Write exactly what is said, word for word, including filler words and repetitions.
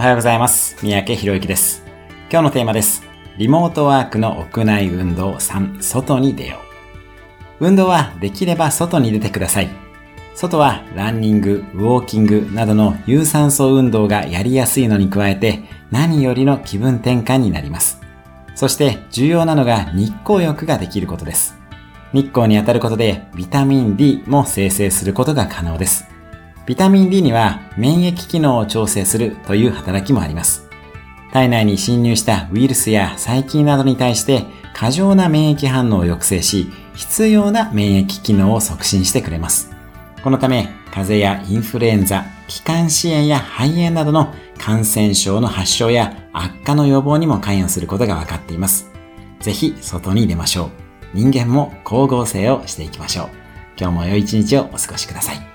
はようございます。三宅博之です。今日のテーマです。リモートワークの屋内運動さん、外に出よう。運動はできれば外に出てください。外はランニング、ウォーキングなどの有酸素運動がやりやすいのに加えて、何よりの気分転換になります。そして重要なのが日光浴ができることです。日光に当たることでビタミン D も生成することが可能です。ビタミン D には免疫機能を調整するという働きもあります。体内に侵入したウイルスや細菌などに対して過剰な免疫反応を抑制し、必要な免疫機能を促進してくれます。このため、風邪やインフルエンザ、気管支炎や肺炎などの感染症の発症や悪化の予防にも関与することが分かっています。ぜひ外に出ましょう。人間も光合成をしていきましょう。今日も良い一日をお過ごしください。